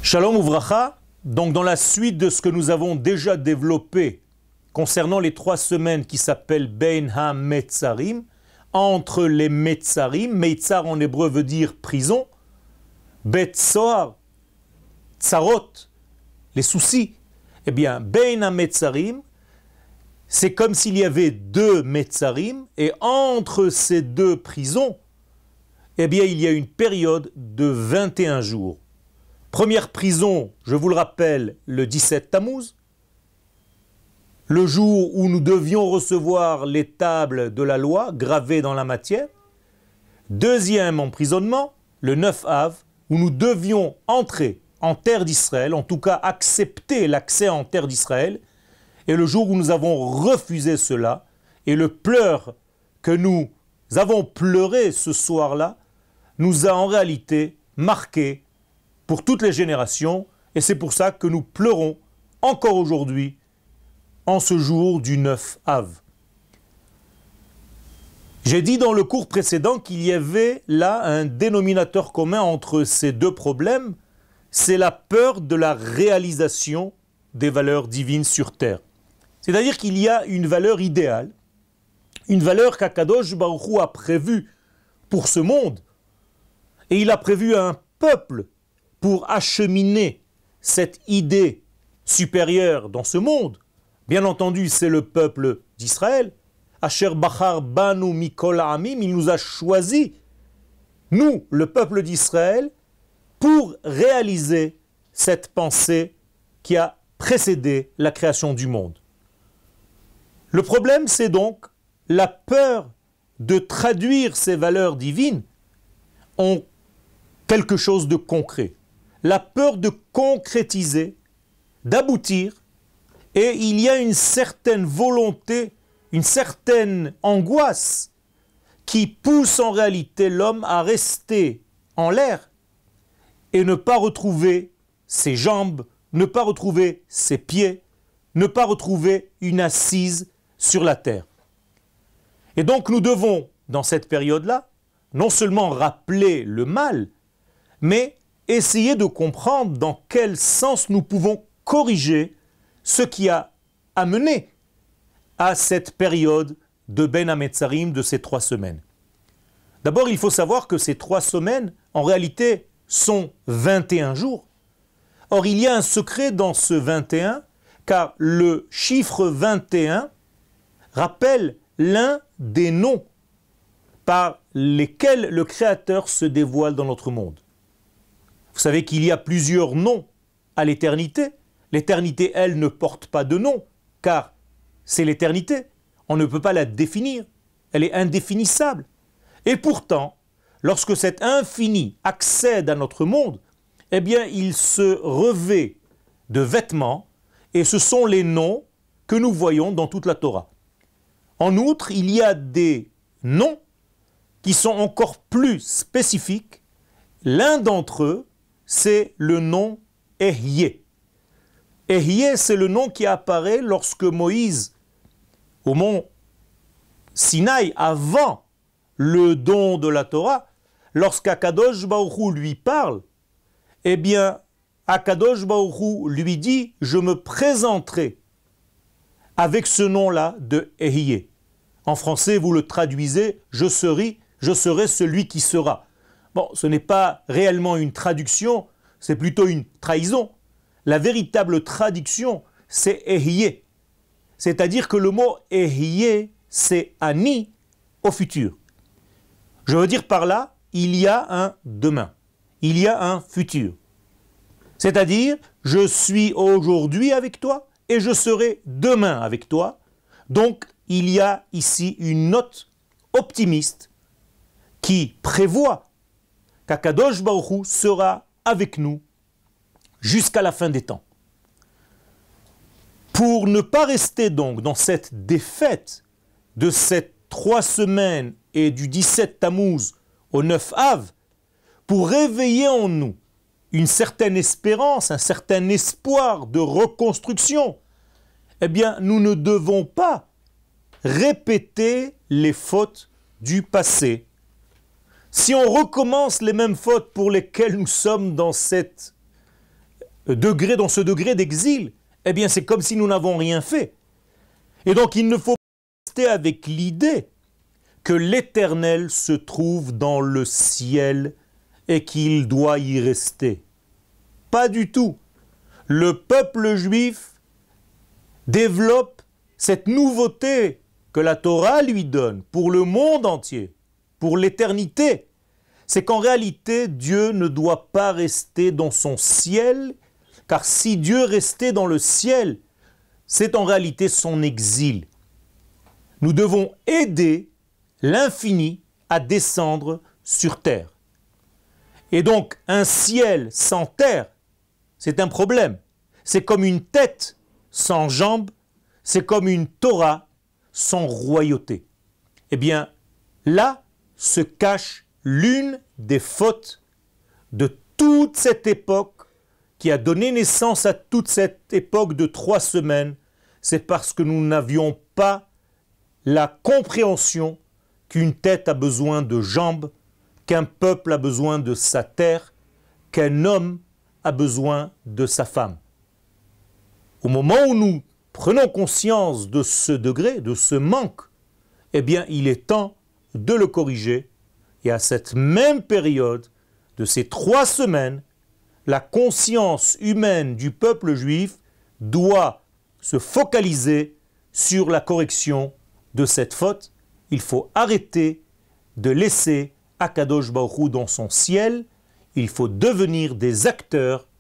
Shalom Uvracha, donc dans la suite de ce que nous avons déjà développé concernant les 3 semaines qui s'appellent Ben HaMetzarim, entre les Metzarim, Meitzar en hébreu veut dire prison, Bet Soar, Tsarot, les soucis, eh bien Ben HaMetzarim, c'est comme s'il y avait 2 Metzarim, et entre ces 2 prisons, eh bien il y a une période de 21 jours. Première prison, je vous le rappelle, le 17 Tammuz, le jour où nous devions recevoir les tables de la loi gravées dans la matière. Deuxième emprisonnement, le 9 Av, où nous devions entrer en terre d'Israël, en tout cas accepter l'accès en terre d'Israël, et le jour où nous avons refusé cela, et le pleur que nous avons pleuré ce soir-là, nous a en réalité marqué pour toutes les générations, et c'est pour ça que nous pleurons encore aujourd'hui, en ce jour du 9 Av. J'ai dit dans le cours précédent qu'il y avait là un dénominateur commun entre ces 2 problèmes, c'est la peur de la réalisation des valeurs divines sur terre. C'est-à-dire qu'il y a une valeur idéale, une valeur qu'Akadosh Baruch Hu a prévue pour ce monde, et il a prévu un peuple pour acheminer cette idée supérieure dans ce monde. Bien entendu, c'est le peuple d'Israël. Asher Bachar Banu Mikol Ha'amim, il nous a choisi, nous, le peuple d'Israël, pour réaliser cette pensée qui a précédé la création du monde. Le problème, c'est donc la peur de traduire ces valeurs divines en quelque chose de concret. La peur de concrétiser, d'aboutir, et il y a une certaine volonté, une certaine angoisse qui pousse en réalité l'homme à rester en l'air et ne pas retrouver ses jambes, ne pas retrouver ses pieds, ne pas retrouver une assise sur la terre. Et donc nous devons, dans cette période-là, non seulement rappeler le mal, mais essayer de comprendre dans quel sens nous pouvons corriger ce qui a amené à cette période de Ben HaMetzarim de ces 3 semaines. D'abord, il faut savoir que ces 3 semaines, en réalité, sont 21 jours. Or, il y a un secret dans ce 21, car le chiffre 21 rappelle l'un des noms par lesquels le Créateur se dévoile dans notre monde. Vous savez qu'il y a plusieurs noms à l'éternité. L'éternité, elle, ne porte pas de nom, car c'est l'éternité. On ne peut pas la définir. Elle est indéfinissable. Et pourtant, lorsque cet infini accède à notre monde, eh bien, il se revêt de vêtements, et ce sont les noms que nous voyons dans toute la Torah. En outre, il y a des noms qui sont encore plus spécifiques. L'un d'entre eux, c'est le nom Ehyeh. Ehyeh, c'est le nom qui apparaît lorsque Moïse, au mont Sinaï, avant le don de la Torah, lorsqu'Akadosh Baruch Hu lui parle, eh bien, Akadosh Baruch Hu lui dit « Je me présenterai avec ce nom-là de Ehyeh ». En français, vous le traduisez « Je serai celui qui sera ». Bon, ce n'est pas réellement une traduction, c'est plutôt une trahison. La véritable traduction, c'est Ehyeh. C'est-à-dire que le mot Ehyeh, c'est Ani au futur. Je veux dire par là, il y a un demain, il y a un futur. C'est-à-dire, je suis aujourd'hui avec toi et je serai demain avec toi. Donc, il y a ici une note optimiste qui prévoit qu'Akadosh Baruch Hu sera avec nous jusqu'à la fin des temps. Pour ne pas rester donc dans cette défaite de ces 3 semaines et du 17 Tammuz au 9 Av, pour réveiller en nous une certaine espérance, un certain espoir de reconstruction, eh bien, nous ne devons pas répéter les fautes du passé. Si on recommence les mêmes fautes pour lesquelles nous sommes dans cette degré, dans ce degré d'exil, eh bien c'est comme si nous n'avons rien fait. Et donc il ne faut pas rester avec l'idée que l'Éternel se trouve dans le ciel et qu'il doit y rester. Pas du tout. Le peuple juif développe cette nouveauté que la Torah lui donne pour le monde entier, pour l'éternité. C'est qu'en réalité, Dieu ne doit pas rester dans son ciel, car si Dieu restait dans le ciel, c'est en réalité son exil. Nous devons aider l'infini à descendre sur terre. Et donc, un ciel sans terre, c'est un problème. C'est comme une tête sans jambes, c'est comme une Torah sans royauté. Eh bien, là se cache l'une des fautes de toute cette époque qui a donné naissance à toute cette époque de 3 semaines. C'est parce que nous n'avions pas la compréhension qu'une tête a besoin de jambes, qu'un peuple a besoin de sa terre, qu'un homme a besoin de sa femme. Au moment où nous prenons conscience de ce degré, de ce manque, eh bien, il est temps de le corriger. Et à cette même période de ces 3 semaines, la conscience humaine du peuple juif doit se focaliser sur la correction de cette faute. Il faut arrêter de laisser Akadosh Baruch Hu dans son ciel. Il faut devenir des acteurs